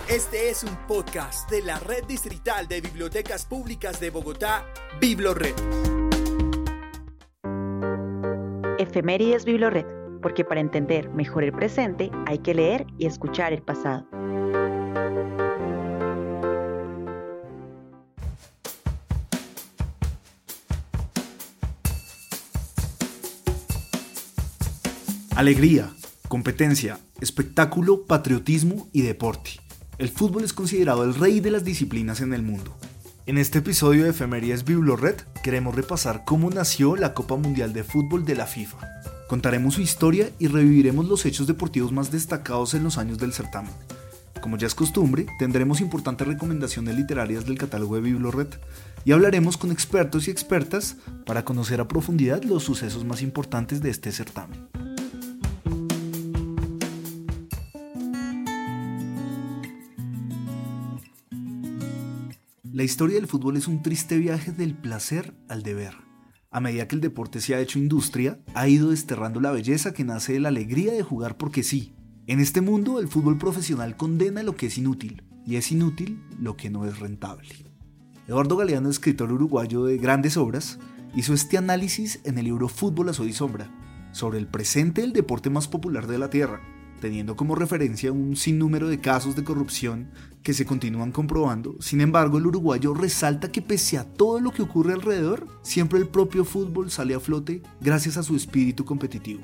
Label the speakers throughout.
Speaker 1: Este es un podcast de la Red Distrital de Bibliotecas Públicas de Bogotá, Biblored.
Speaker 2: Efemérides Biblored, porque para entender mejor el presente hay que leer y escuchar el pasado.
Speaker 3: Alegría, competencia, espectáculo, patriotismo y deporte. El fútbol es considerado el rey de las disciplinas en el mundo. En este episodio de Efemérides Biblored queremos repasar cómo nació la Copa Mundial de Fútbol de la FIFA. Contaremos su historia y reviviremos los hechos deportivos más destacados en los años del certamen. Como ya es costumbre, tendremos importantes recomendaciones literarias del catálogo de Biblored y hablaremos con expertos y expertas para conocer a profundidad los sucesos más importantes de este certamen. La historia del fútbol es un triste viaje del placer al deber. A medida que el deporte se ha hecho industria, ha ido desterrando la belleza que nace de la alegría de jugar porque sí. En este mundo, el fútbol profesional condena lo que es inútil, y es inútil lo que no es rentable. Eduardo Galeano, escritor uruguayo de grandes obras, hizo este análisis en el libro Fútbol a Sol y Sombra, sobre el presente del deporte más popular de la Tierra, teniendo como referencia un sinnúmero de casos de corrupción que se continúan comprobando. Sin embargo, el uruguayo resalta que pese a todo lo que ocurre alrededor, siempre el propio fútbol sale a flote gracias a su espíritu competitivo.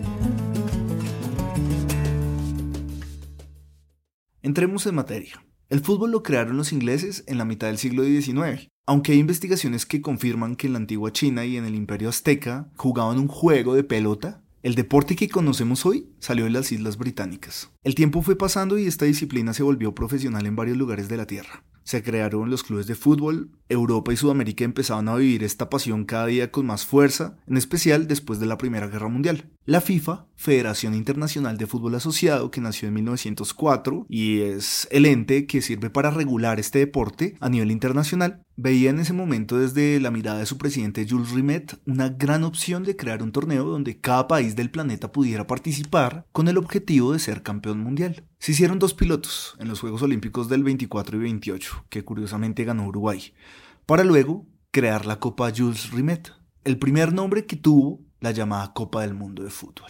Speaker 3: Entremos en materia. El fútbol lo crearon los ingleses en la mitad del siglo XIX, aunque hay investigaciones que confirman que en la antigua China y en el Imperio Azteca jugaban un juego de pelota. El deporte que conocemos hoy salió de las Islas Británicas. El tiempo fue pasando y esta disciplina se volvió profesional en varios lugares de la Tierra. Se crearon los clubes de fútbol, Europa y Sudamérica empezaban a vivir esta pasión cada día con más fuerza, en especial después de la Primera Guerra Mundial. La FIFA, Federación Internacional de Fútbol Asociado, que nació en 1904 y es el ente que sirve para regular este deporte a nivel internacional, veía en ese momento desde la mirada de su presidente Jules Rimet una gran opción de crear un torneo donde cada país del planeta pudiera participar con el objetivo de ser campeón mundial. Se hicieron 2 pilotos en los Juegos Olímpicos del 24 y 28, que curiosamente ganó Uruguay, para luego crear la Copa Jules Rimet, el primer nombre que tuvo la llamada Copa del Mundo de Fútbol.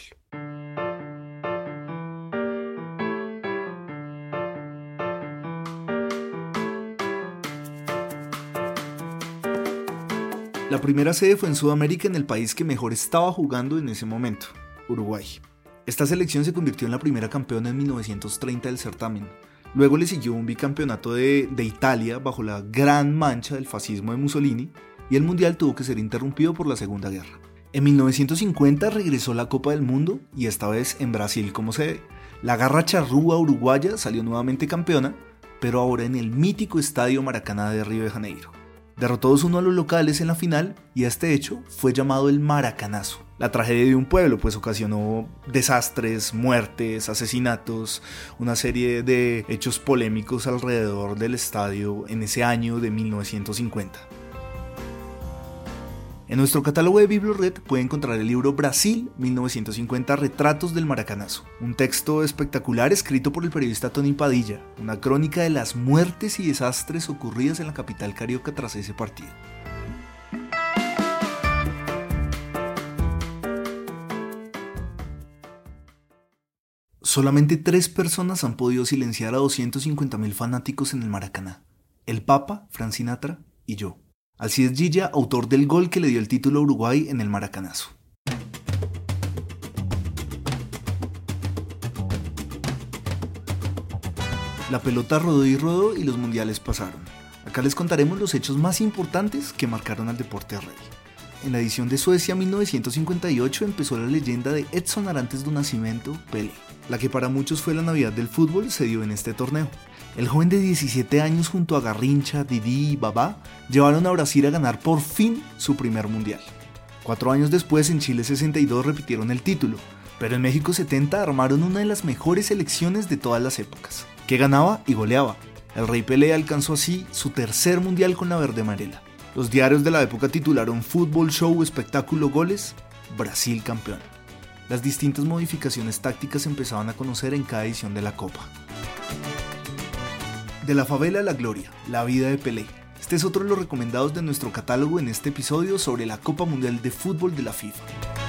Speaker 3: La primera sede fue en Sudamérica, en el país que mejor estaba jugando en ese momento, Uruguay. Esta selección se convirtió en la primera campeona en 1930 del certamen. Luego le siguió un bicampeonato de Italia bajo la gran mancha del fascismo de Mussolini y el mundial tuvo que ser interrumpido por la Segunda Guerra. En 1950 regresó la Copa del Mundo y esta vez en Brasil como sede. La garra charrúa uruguaya salió nuevamente campeona, pero ahora en el mítico Estadio Maracaná de Río de Janeiro. Derrotó 2-1 a los locales en la final y a este hecho fue llamado el Maracanazo. La tragedia de un pueblo pues ocasionó desastres, muertes, asesinatos, una serie de hechos polémicos alrededor del estadio en ese año de 1950. En nuestro catálogo de Biblored puede encontrar el libro Brasil 1950 Retratos del Maracanazo, un texto espectacular escrito por el periodista Tony Padilla, una crónica de las muertes y desastres ocurridas en la capital carioca tras ese partido. Solamente 3 personas han podido silenciar a 250.000 fanáticos en el Maracaná: el Papa, Frank Sinatra y yo. Alcides Gilla, autor del gol que le dio el título a Uruguay en el Maracanazo. La pelota rodó y rodó y los mundiales pasaron. Acá les contaremos los hechos más importantes que marcaron al deporte rey. En la edición de Suecia 1958 empezó la leyenda de Edson Arantes do Nascimento, Pelé. La que para muchos fue la Navidad del fútbol se dio en este torneo. El joven de 17 años junto a Garrincha, Didi y Babá llevaron a Brasil a ganar por fin su primer mundial. 4 años después, en Chile 62 repitieron el título, pero en México 70 armaron una de las mejores selecciones de todas las épocas, que ganaba y goleaba. El Rey Pelé alcanzó así su tercer mundial con la verde amarela. Los diarios de la época titularon Fútbol, Show, Espectáculo, Goles, Brasil campeón. Las distintas modificaciones tácticas se empezaban a conocer en cada edición de la Copa. De la favela a la gloria, la vida de Pelé. Este es otro de los recomendados de nuestro catálogo en este episodio sobre la Copa Mundial de Fútbol de la FIFA.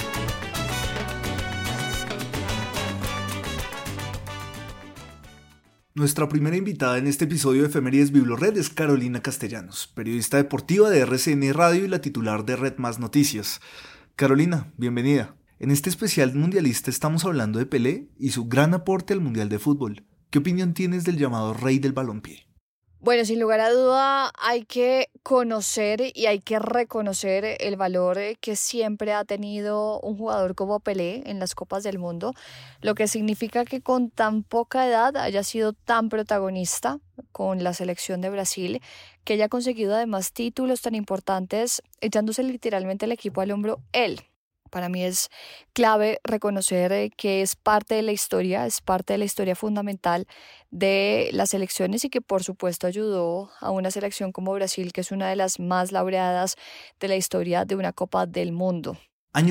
Speaker 3: Nuestra primera invitada en este episodio de Efemérides Biblored es Carolina Castellanos, periodista deportiva de RCN Radio y la titular de Red Más Noticias. Carolina, bienvenida. En este especial mundialista estamos hablando de Pelé y su gran aporte al Mundial de Fútbol. ¿Qué opinión tienes del llamado rey del balompié?
Speaker 4: Bueno, sin lugar a duda hay que conocer y hay que reconocer el valor que siempre ha tenido un jugador como Pelé en las Copas del Mundo, lo que significa que con tan poca edad haya sido tan protagonista con la selección de Brasil, que haya conseguido además títulos tan importantes, echándose literalmente el equipo al hombro él. Para mí es clave reconocer que es parte de la historia fundamental de las selecciones y que por supuesto ayudó a una selección como Brasil, que es una de las más laureadas de la historia de una Copa del Mundo.
Speaker 3: Año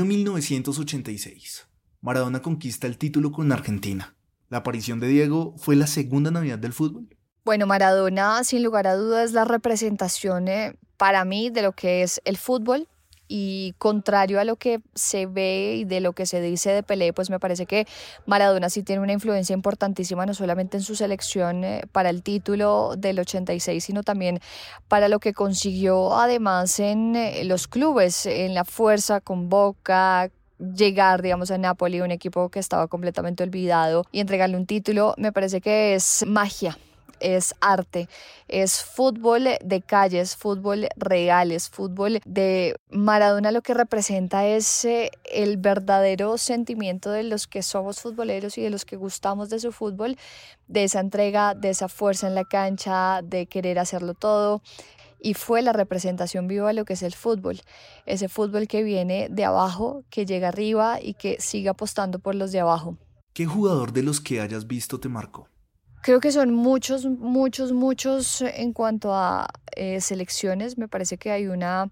Speaker 3: 1986. Maradona conquista el título con Argentina. ¿La aparición de Diego fue la segunda Navidad del fútbol?
Speaker 4: Bueno, Maradona sin lugar a dudas es la representación para mí de lo que es el fútbol. Y contrario a lo que se ve y de lo que se dice de Pelé, pues me parece que Maradona sí tiene una influencia importantísima, no solamente en su selección para el título del 86, sino también para lo que consiguió además en los clubes, en la fuerza con Boca, llegar, digamos, a Napoli, un equipo que estaba completamente olvidado, y entregarle un título. Me parece que es magia. Es arte, es fútbol de calles, fútbol real, es fútbol de Maradona. Lo que representa es el verdadero sentimiento de los que somos futboleros y de los que gustamos de su fútbol, de esa entrega, de esa fuerza en la cancha, de querer hacerlo todo. Y fue la representación viva de lo que es el fútbol, ese fútbol que viene de abajo, que llega arriba y que sigue apostando por los de abajo.
Speaker 3: ¿Qué jugador de los que hayas visto te marcó?
Speaker 4: Creo que son muchos en cuanto a selecciones. Me parece que hay una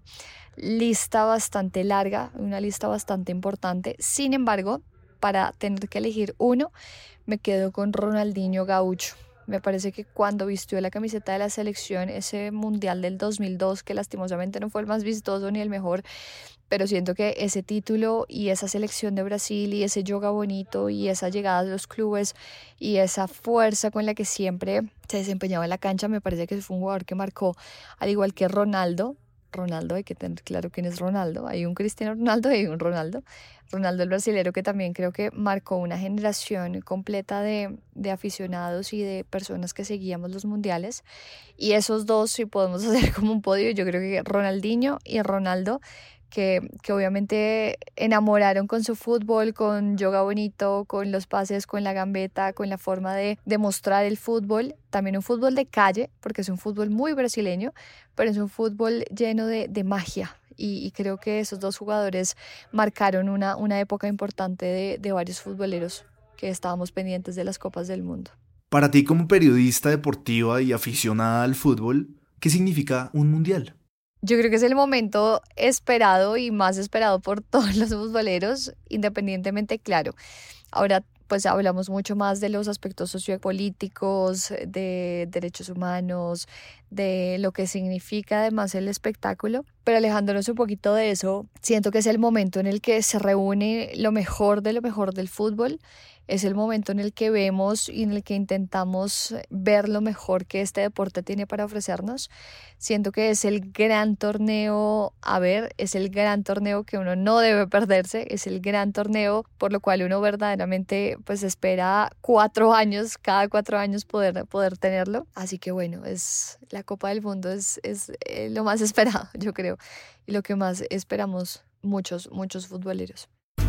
Speaker 4: lista bastante larga, una lista bastante importante. Sin embargo, para tener que elegir uno, me quedo con Ronaldinho Gaucho. Me parece que cuando vistió la camiseta de la selección, ese Mundial del 2002, que lastimosamente no fue el más vistoso ni el mejor, pero siento que ese título y esa selección de Brasil y ese yoga bonito y esa llegada de los clubes y esa fuerza con la que siempre se desempeñaba en la cancha, me parece que fue un jugador que marcó, al igual que Ronaldo, hay que tener claro quién es Ronaldo. Hay un Cristiano Ronaldo y hay un Ronaldo. Ronaldo el brasilero, que también creo que marcó una generación completa de aficionados y de personas que seguíamos los mundiales. Y esos dos, si podemos hacer como un podio, yo creo que Ronaldinho y Ronaldo, que obviamente enamoraron con su fútbol, con yoga bonito, con los pases, con la gambeta, con la forma de demostrar el fútbol. También un fútbol de calle, porque es un fútbol muy brasileño, pero es un fútbol lleno de magia. Y creo que esos dos jugadores marcaron una época importante de varios futboleros que estábamos pendientes de las Copas del Mundo.
Speaker 3: Para ti, como periodista deportiva y aficionada al fútbol, ¿qué significa un mundial?
Speaker 4: Yo creo que es el momento esperado y más esperado por todos los futboleros, independientemente, claro. Ahora pues hablamos mucho más de los aspectos sociopolíticos, de derechos humanos, de lo que significa además el espectáculo. Pero alejándonos un poquito de eso, siento que es el momento en el que se reúne lo mejor del fútbol. Es el momento en el que vemos y en el que intentamos ver lo mejor que este deporte tiene para ofrecernos. Siento que es el gran torneo a ver, es el gran torneo que uno no debe perderse, es el gran torneo por lo cual uno verdaderamente pues espera 4 años, cada 4 años poder tenerlo. Así que bueno, es la Copa del Mundo es lo más esperado, yo creo, y lo que más esperamos muchos futboleros.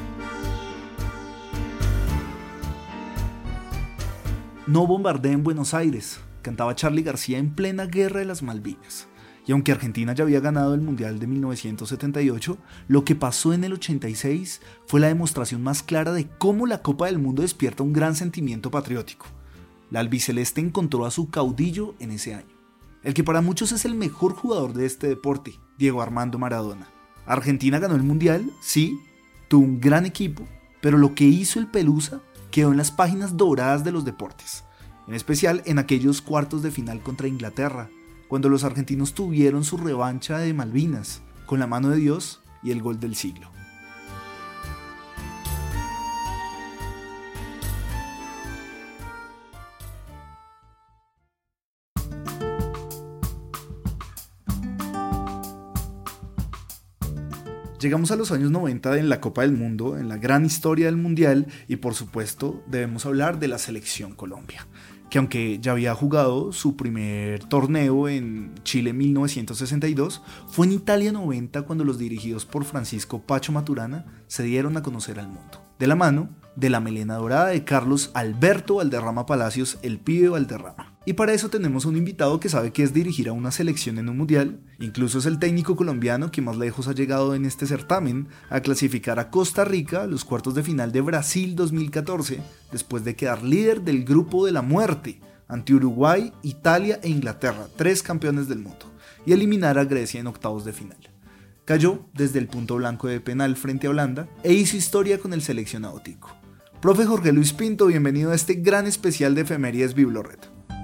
Speaker 3: No bombardeen Buenos Aires, cantaba Charly García en plena Guerra de las Malvinas. Y aunque Argentina ya había ganado el Mundial de 1978, lo que pasó en el 86 fue la demostración más clara de cómo la Copa del Mundo despierta un gran sentimiento patriótico. La albiceleste encontró a su caudillo en ese año, el que para muchos es el mejor jugador de este deporte, Diego Armando Maradona. Argentina ganó el Mundial, sí, tuvo un gran equipo, pero lo que hizo el Pelusa quedó en las páginas doradas de los deportes. en especial en aquellos cuartos de final contra Inglaterra, cuando los argentinos tuvieron su revancha de Malvinas, con la mano de Dios y el gol del siglo. Llegamos a los años 90 en la Copa del Mundo, en la gran historia del Mundial, y por supuesto debemos hablar de la Selección Colombia, que aunque ya había jugado su primer torneo en Chile en 1962, fue en Italia 90 cuando los dirigidos por Francisco Pacho Maturana se dieron a conocer al mundo, de la mano de la melena dorada de Carlos Alberto Valderrama Palacios, el pibe Valderrama. Y para eso tenemos un invitado que sabe qué es dirigir a una selección en un mundial, incluso es el técnico colombiano que más lejos ha llegado en este certamen, a clasificar a Costa Rica a los cuartos de final de Brasil 2014, después de quedar líder del grupo de la muerte, ante Uruguay, Italia e Inglaterra, 3 campeones del mundo, y eliminar a Grecia en octavos de final. Cayó desde el punto blanco de penal frente a Holanda e hizo historia con el seleccionado tico. Profe Jorge Luis Pinto, bienvenido a este gran especial de Efemérides Biblored.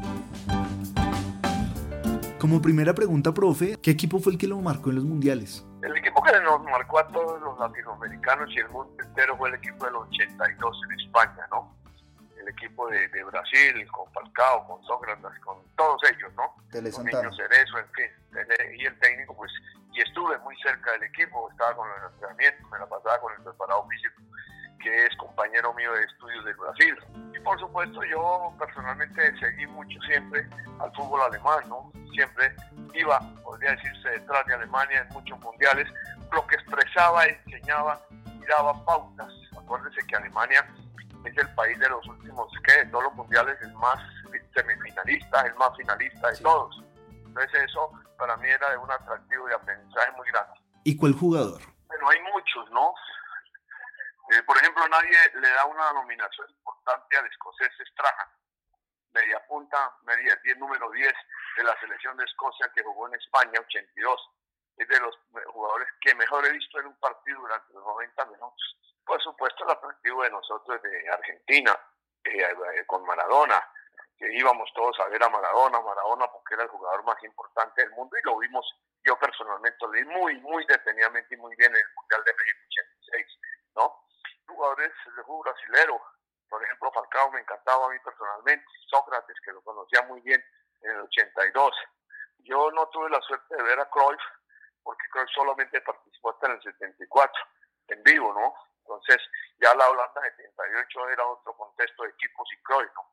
Speaker 3: Como primera pregunta, profe, ¿qué equipo fue el que lo marcó en los mundiales?
Speaker 5: El equipo que nos marcó a todos los latinoamericanos y el mundo entero fue el equipo del 82 en España, ¿no? El equipo de Brasil, con Falcao, con Sócrates, con todos ellos, ¿no? Con Niño Cerezo, en fin. Y el técnico, pues, y estuve muy cerca del equipo, estaba con el entrenamiento, me la pasaba con el preparado físico, que es compañero mío de estudios del Brasil. Y por supuesto yo personalmente seguí mucho siempre al fútbol alemán, ¿no? Siempre iba, podría decirse, detrás de Alemania en muchos mundiales, lo que expresaba, enseñaba y daba pautas. Acuérdense que Alemania es el país de los últimos, de todos los mundiales, el más semifinalista, el más finalista de todos. Entonces eso para mí era de un atractivo y aprendizaje muy grande.
Speaker 3: ¿Y cuál jugador?
Speaker 5: Bueno, hay muchos, ¿no? Por ejemplo, nadie le da una nominación importante al escocés Strahan, media punta, número 10 de la selección de Escocia que jugó en España, 82. Es de los jugadores que mejor he visto en un partido durante los 90 minutos. Por supuesto, el atractivo de nosotros de Argentina, con Maradona, que íbamos todos a ver a Maradona porque era el jugador más importante del mundo y lo vimos, yo personalmente lo vi muy detenidamente y muy bien en el Mundial de México 86, ¿no? Jugadores de fútbol brasilero, por ejemplo Falcao me encantaba a mí personalmente, Sócrates que lo conocía muy bien en el 82. Yo no tuve la suerte de ver a Cruyff porque Cruyff solamente participó hasta en el 74 en vivo, ¿no? Entonces ya la Holanda de 78 era otro contexto de equipos y Cruyff, ¿no?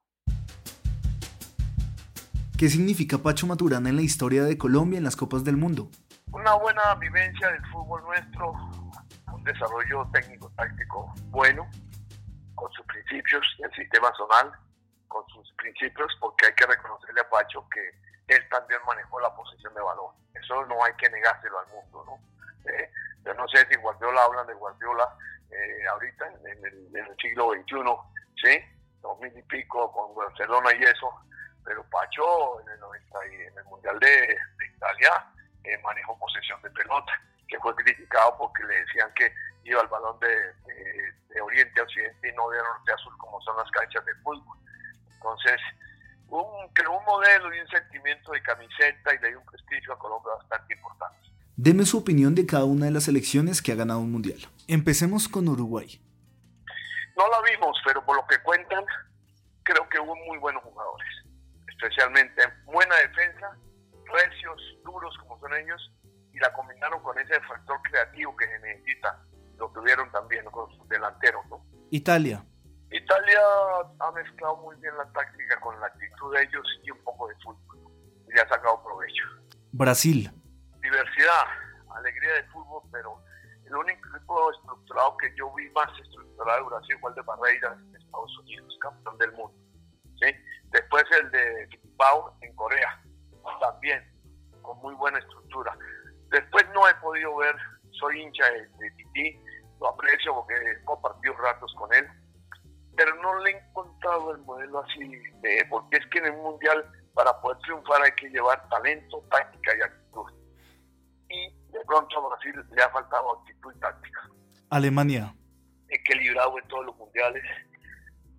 Speaker 3: ¿Qué significa Pacho Maturana en la historia de Colombia en las Copas del Mundo?
Speaker 5: Una buena vivencia del fútbol nuestro, un desarrollo técnico-táctico bueno, con sus principios, el sistema zonal, con sus principios, porque hay que reconocerle a Pacho que él también manejó la posesión de balón. Eso no hay que negárselo al mundo, ¿no? Yo no sé si Guardiola, hablan de Guardiola ahorita, en el siglo XXI, ¿sí? 2000 y pico, con Barcelona y eso, pero Pacho en el 90 y en el Mundial de Italia manejó posesión de pelota, que fue criticado porque le decían que iba el balón de oriente a occidente y no de norte a sur como son las canchas de fútbol. Entonces creó un modelo y un sentimiento de camiseta y le dio un prestigio a Colombia bastante importante.
Speaker 3: Deme su opinión de cada una de las selecciones que ha ganado un mundial. Empecemos con Uruguay.
Speaker 5: No la vimos, pero por lo que cuentan creo que hubo muy buenos jugadores, especialmente buena defensa, recios, duros como son ellos, y la combinaron con ese factor creativo que se necesita. Lo tuvieron también con sus delanteros, ¿no?
Speaker 3: Italia
Speaker 5: ha mezclado muy bien la táctica con la actitud de ellos y un poco de fútbol, y le ha sacado provecho.
Speaker 3: Brasil,
Speaker 5: diversidad, alegría de fútbol, pero el único equipo estructurado que yo vi más estructurado de Brasil fue el de Barreiras en Estados Unidos, campeón del mundo, ¿sí? Después el de Filipao en Corea, también con muy buena estructura. Después no he podido ver, soy hincha de Tití, lo aprecio porque he compartido ratos con él, pero no le he encontrado el modelo así, porque es que en el mundial para poder triunfar hay que llevar talento, táctica y actitud. Y de pronto a Brasil le ha faltado actitud y táctica.
Speaker 3: Alemania,
Speaker 5: equilibrado en todos los mundiales,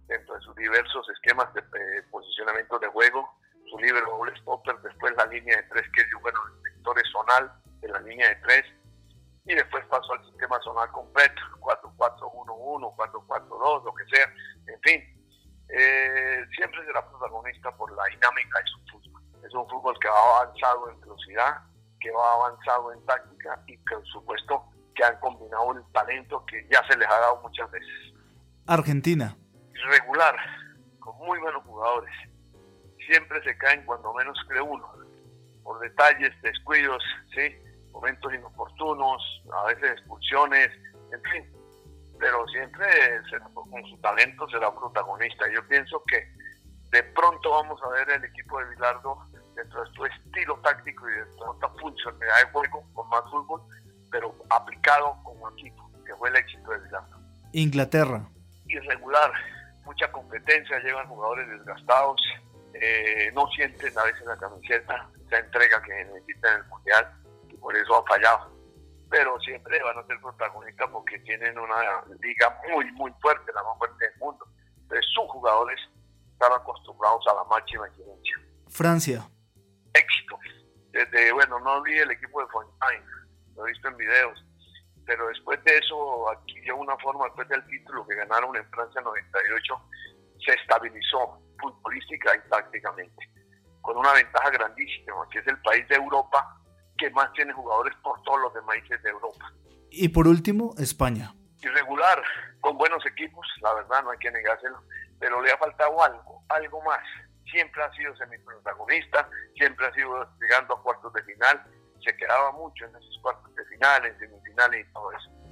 Speaker 5: dentro de sus diversos esquemas de posicionamiento de juego, su libero doble stopper, después la línea de 3, que es el sector zonal de la línea de 3, y después pasó al sistema zonal completo, 4-4-1-1, 4-4-2, lo que sea, en fin. Siempre será protagonista por la dinámica de su fútbol. Es un fútbol que va avanzado en velocidad, que va avanzado en táctica y que, por supuesto, que han combinado el talento que ya se les ha dado muchas veces.
Speaker 3: Argentina.
Speaker 5: Regular, con muy buenos jugadores. Siempre se caen cuando menos cree uno, por detalles, descuidos, ¿sí? Momentos inoportunos, a veces expulsiones, en fin. Pero siempre con su talento será protagonista. Yo pienso que de pronto vamos a ver el equipo de Bilardo dentro de su estilo táctico y de esta funcionalidad de juego con más fútbol, pero aplicado como equipo, que fue el éxito de Bilardo.
Speaker 3: Inglaterra.
Speaker 5: Irregular, mucha competencia, llevan jugadores desgastados, no sienten a veces la camiseta, esa entrega que necesitan en el Mundial, y por eso han fallado. Pero siempre van a ser protagonistas porque tienen una liga muy, muy fuerte, la más fuerte del mundo. Entonces sus jugadores están acostumbrados a la máxima exigencia.
Speaker 3: Francia.
Speaker 5: Éxito. No olvide el equipo de Fontaine, lo he visto en videos, pero después de eso adquirió una forma, después del título que ganaron en Francia en 98, se estabilizó futbolística y tácticamente, con una ventaja grandísima, que es el país de Europa que más tiene jugadores por todos los demás países de Europa.
Speaker 3: Y por último, España.
Speaker 5: Irregular, con buenos equipos, la verdad no hay que negárselo, pero le ha faltado algo más. Siempre ha sido semiprotagonista, siempre ha sido llegando a cuartos de final, se quedaba mucho en esos cuartos de final, en semifinales y todo eso.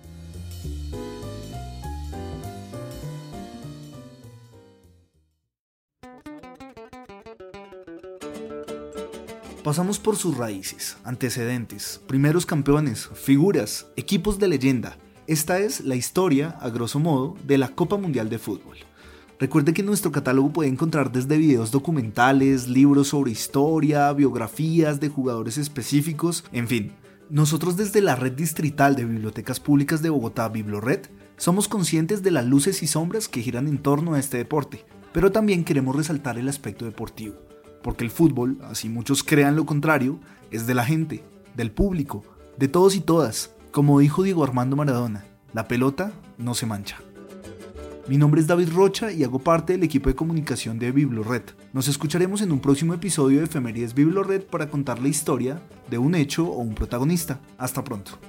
Speaker 3: Pasamos por sus raíces, antecedentes, primeros campeones, figuras, equipos de leyenda. Esta es la historia, a grosso modo, de la Copa Mundial de Fútbol. Recuerde que en nuestro catálogo puede encontrar desde videos documentales, libros sobre historia, biografías de jugadores específicos, en fin. Nosotros desde la Red Distrital de Bibliotecas Públicas de Bogotá, Biblored, somos conscientes de las luces y sombras que giran en torno a este deporte, pero también queremos resaltar el aspecto deportivo. Porque el fútbol, así muchos crean lo contrario, es de la gente, del público, de todos y todas. Como dijo Diego Armando Maradona, la pelota no se mancha. Mi nombre es David Rocha y hago parte del equipo de comunicación de Biblored. Nos escucharemos en un próximo episodio de Efemérides Biblored para contar la historia de un hecho o un protagonista. Hasta pronto.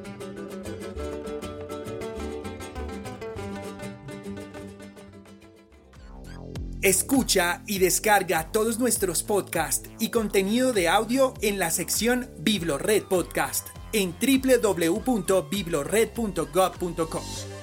Speaker 1: Escucha y descarga todos nuestros podcasts y contenido de audio en la sección Biblored Podcast en www.biblored.gov.co.